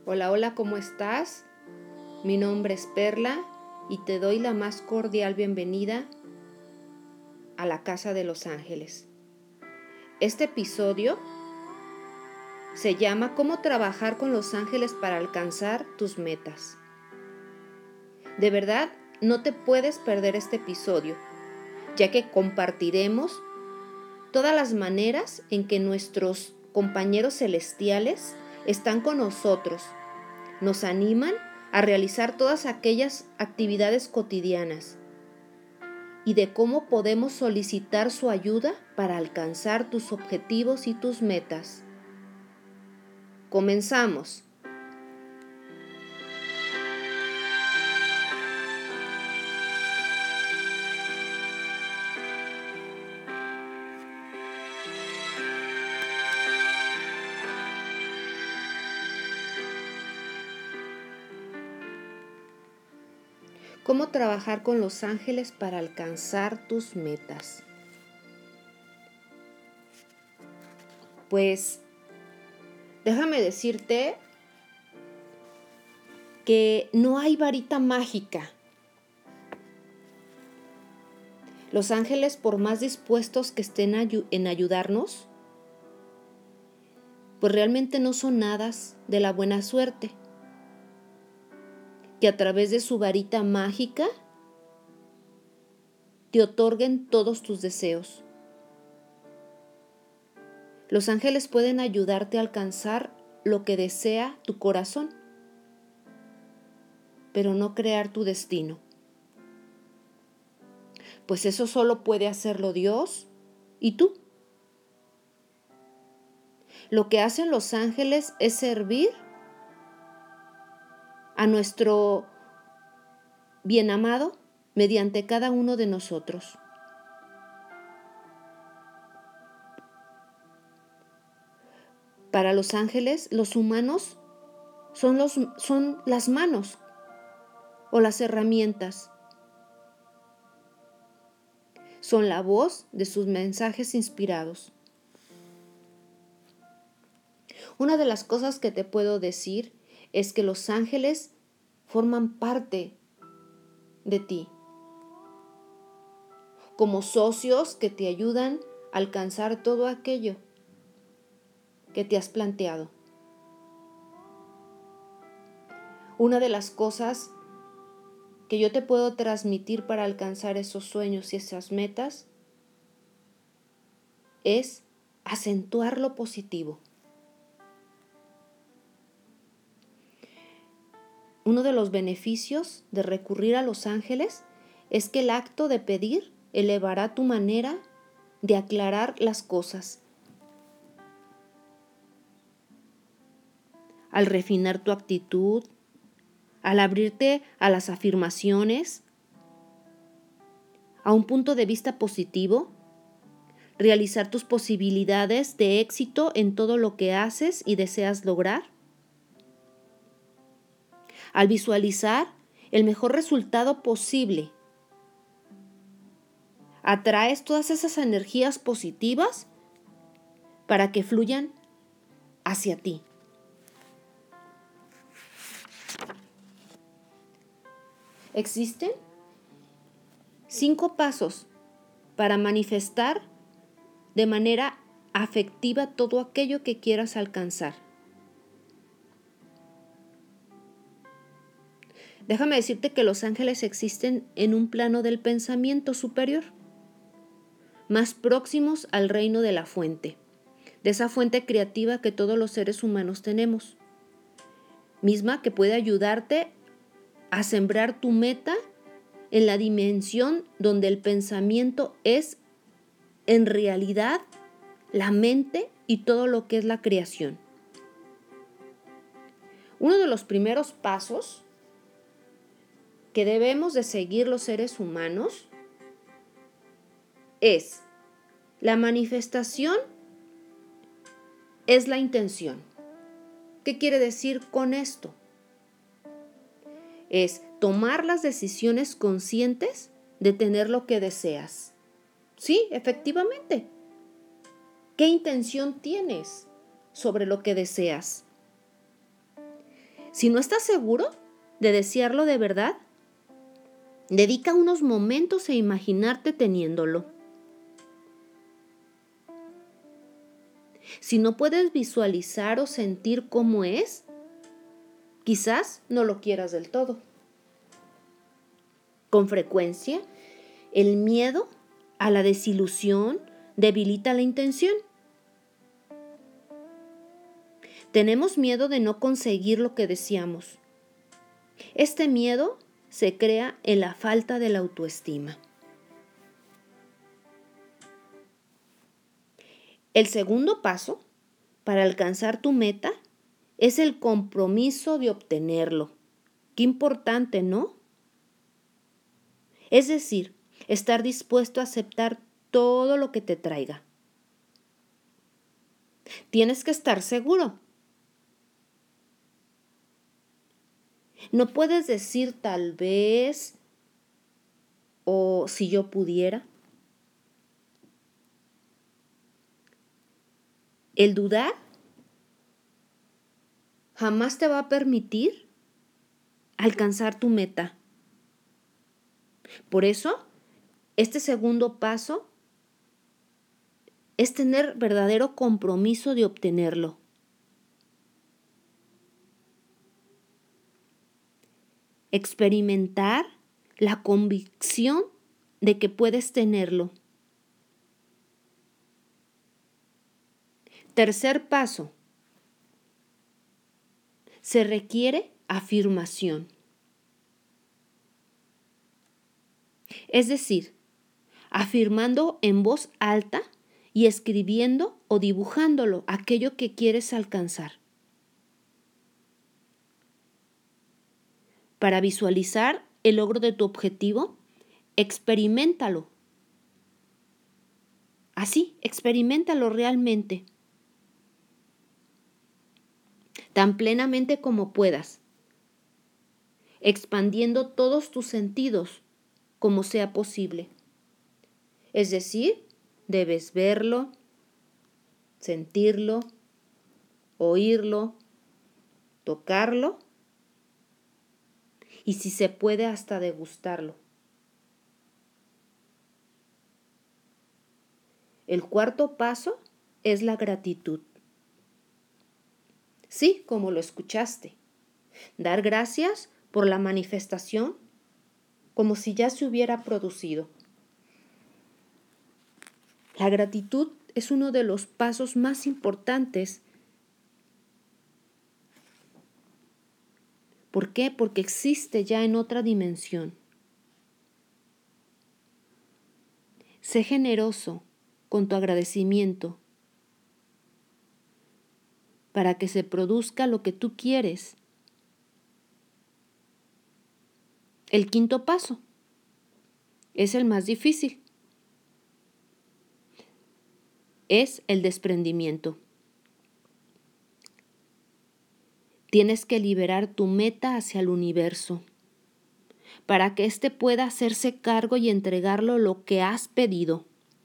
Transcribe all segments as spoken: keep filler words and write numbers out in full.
Hola, hola, ¿cómo estás? Mi nombre es Perla y te doy la más cordial bienvenida a la Casa de los Ángeles. Este episodio se llama ¿Cómo trabajar con los ángeles para alcanzar tus metas? De verdad, no te puedes perder este episodio, ya que compartiremos todas las maneras en que nuestros compañeros celestiales están con nosotros, nos animan a realizar todas aquellas actividades cotidianas y de cómo podemos solicitar su ayuda para alcanzar tus objetivos y tus metas. Comenzamos. ¿Cómo trabajar con los ángeles para alcanzar tus metas? Pues déjame decirte que no hay varita mágica. Los ángeles, por más dispuestos que estén en ayudarnos, pues realmente no son hadas de la buena suerte, que a través de su varita mágica te otorguen todos tus deseos. Los ángeles pueden ayudarte a alcanzar lo que desea tu corazón, pero no crear tu destino. Pues eso solo puede hacerlo Dios y tú. Lo que hacen los ángeles es servir a nuestro bien amado mediante cada uno de nosotros. Para los ángeles, los humanos son, los, son las manos o las herramientas. Son la voz de sus mensajes inspirados. Una de las cosas que te puedo decir es que los ángeles forman parte de ti, como socios que te ayudan a alcanzar todo aquello que te has planteado. Una de las cosas que yo te puedo transmitir para alcanzar esos sueños y esas metas es acentuar lo positivo. Uno de los beneficios de recurrir a los ángeles es que el acto de pedir elevará tu manera de aclarar las cosas. Al refinar tu actitud, al abrirte a las afirmaciones, a un punto de vista positivo, realizar tus posibilidades de éxito en todo lo que haces y deseas lograr. Al visualizar el mejor resultado posible, atraes todas esas energías positivas para que fluyan hacia ti. Existen cinco pasos para manifestar de manera afectiva todo aquello que quieras alcanzar. Déjame decirte que los ángeles existen en un plano del pensamiento superior, más próximos al reino de la fuente, de esa fuente creativa que todos los seres humanos tenemos, misma que puede ayudarte a sembrar tu meta en la dimensión donde el pensamiento es en realidad la mente y todo lo que es la creación. Uno de los primeros pasos que debemos de seguir los seres humanos es la manifestación, es la intención. ¿Qué quiere decir con esto? Es tomar las decisiones conscientes de tener lo que deseas. Sí, efectivamente. ¿Qué intención tienes sobre lo que deseas? Si no estás seguro de desearlo de verdad, dedica unos momentos a imaginarte teniéndolo. Si no puedes visualizar o sentir cómo es, quizás no lo quieras del todo. Con frecuencia, el miedo a la desilusión debilita la intención. Tenemos miedo de no conseguir lo que deseamos. Este miedo se crea en la falta de la autoestima. El segundo paso para alcanzar tu meta es el compromiso de obtenerlo. Qué importante, ¿no? Es decir, estar dispuesto a aceptar todo lo que te traiga. Tienes que estar seguro. No puedes decir tal vez o si yo pudiera. El dudar jamás te va a permitir alcanzar tu meta. Por eso, este segundo paso es tener verdadero compromiso de obtenerlo. Experimentar la convicción de que puedes tenerlo. Tercer paso. Se requiere afirmación. Es decir, afirmando en voz alta y escribiendo o dibujándolo aquello que quieres alcanzar. Para visualizar el logro de tu objetivo, experiméntalo. Así, experiméntalo realmente. Tan plenamente como puedas, expandiendo todos tus sentidos como sea posible. Es decir, debes verlo, sentirlo, oírlo, tocarlo y si se puede hasta degustarlo. El cuarto paso es la gratitud. Sí, como lo escuchaste. Dar gracias por la manifestación como si ya se hubiera producido. La gratitud es uno de los pasos más importantes. ¿Por qué? Porque existe ya en otra dimensión. Sé generoso con tu agradecimiento para que se produzca lo que tú quieres. El quinto paso es el más difícil. Es el desprendimiento. Tienes que liberar tu meta hacia el universo para que éste pueda hacerse cargo y entregarlo lo que has pedido.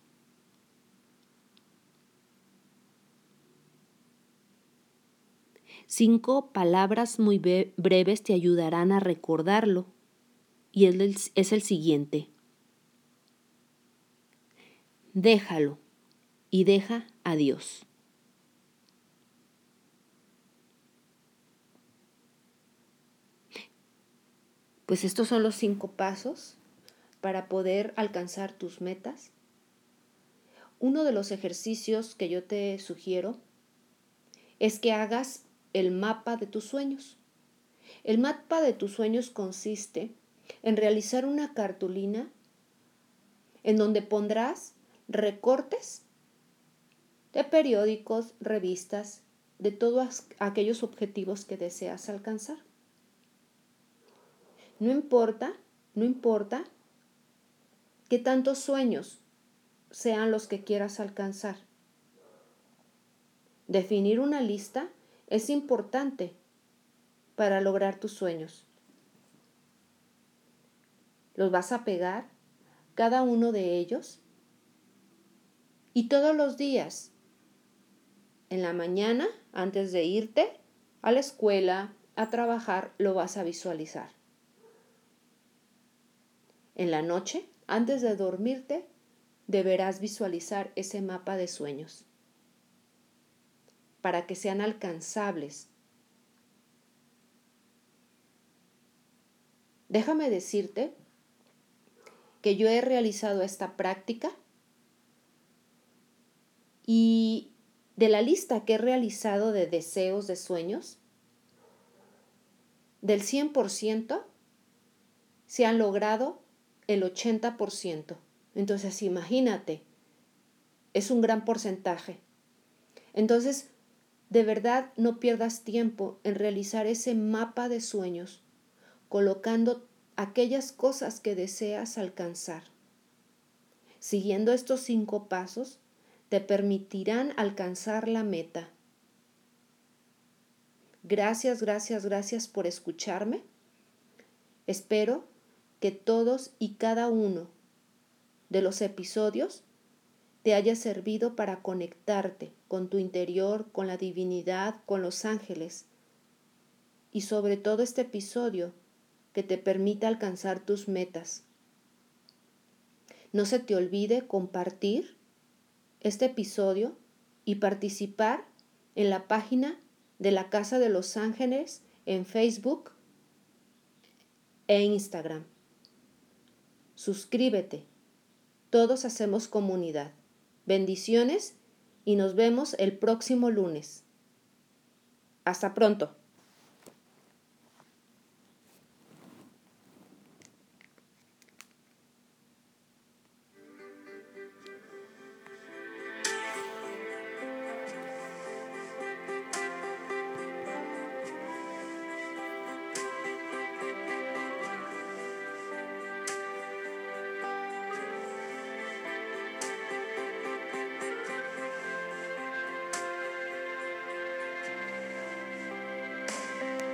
Cinco palabras muy breves te ayudarán a recordarlo y es el siguiente. Déjalo y deja a Dios. Pues estos son los cinco pasos para poder alcanzar tus metas. Uno de los ejercicios que yo te sugiero es que hagas el mapa de tus sueños. El mapa de tus sueños consiste en realizar una cartulina en donde pondrás recortes de periódicos, revistas, de todos aquellos objetivos que deseas alcanzar. No importa, no importa qué tantos sueños sean los que quieras alcanzar. Definir una lista es importante para lograr tus sueños. Los vas a pegar, cada uno de ellos, y todos los días, en la mañana, antes de irte a la escuela, a trabajar lo vas a visualizar. En la noche, antes de dormirte, deberás visualizar ese mapa de sueños para que sean alcanzables. Déjame decirte que yo he realizado esta práctica y de la lista que he realizado de deseos de sueños, del cien por ciento se han logrado el ochenta por ciento. Entonces, imagínate, es un gran porcentaje. Entonces, de verdad no pierdas tiempo en realizar ese mapa de sueños, colocando aquellas cosas que deseas alcanzar. Siguiendo estos cinco pasos, te permitirán alcanzar la meta. Gracias, gracias, gracias por escucharme. Espero que todos y cada uno de los episodios te haya servido para conectarte con tu interior, con la divinidad, con los ángeles y sobre todo este episodio que te permita alcanzar tus metas. No se te olvide compartir este episodio y participar en la página de la Casa de los Ángeles en Facebook e Instagram. Suscríbete. Todos hacemos comunidad. Bendiciones y nos vemos el próximo lunes. Hasta pronto.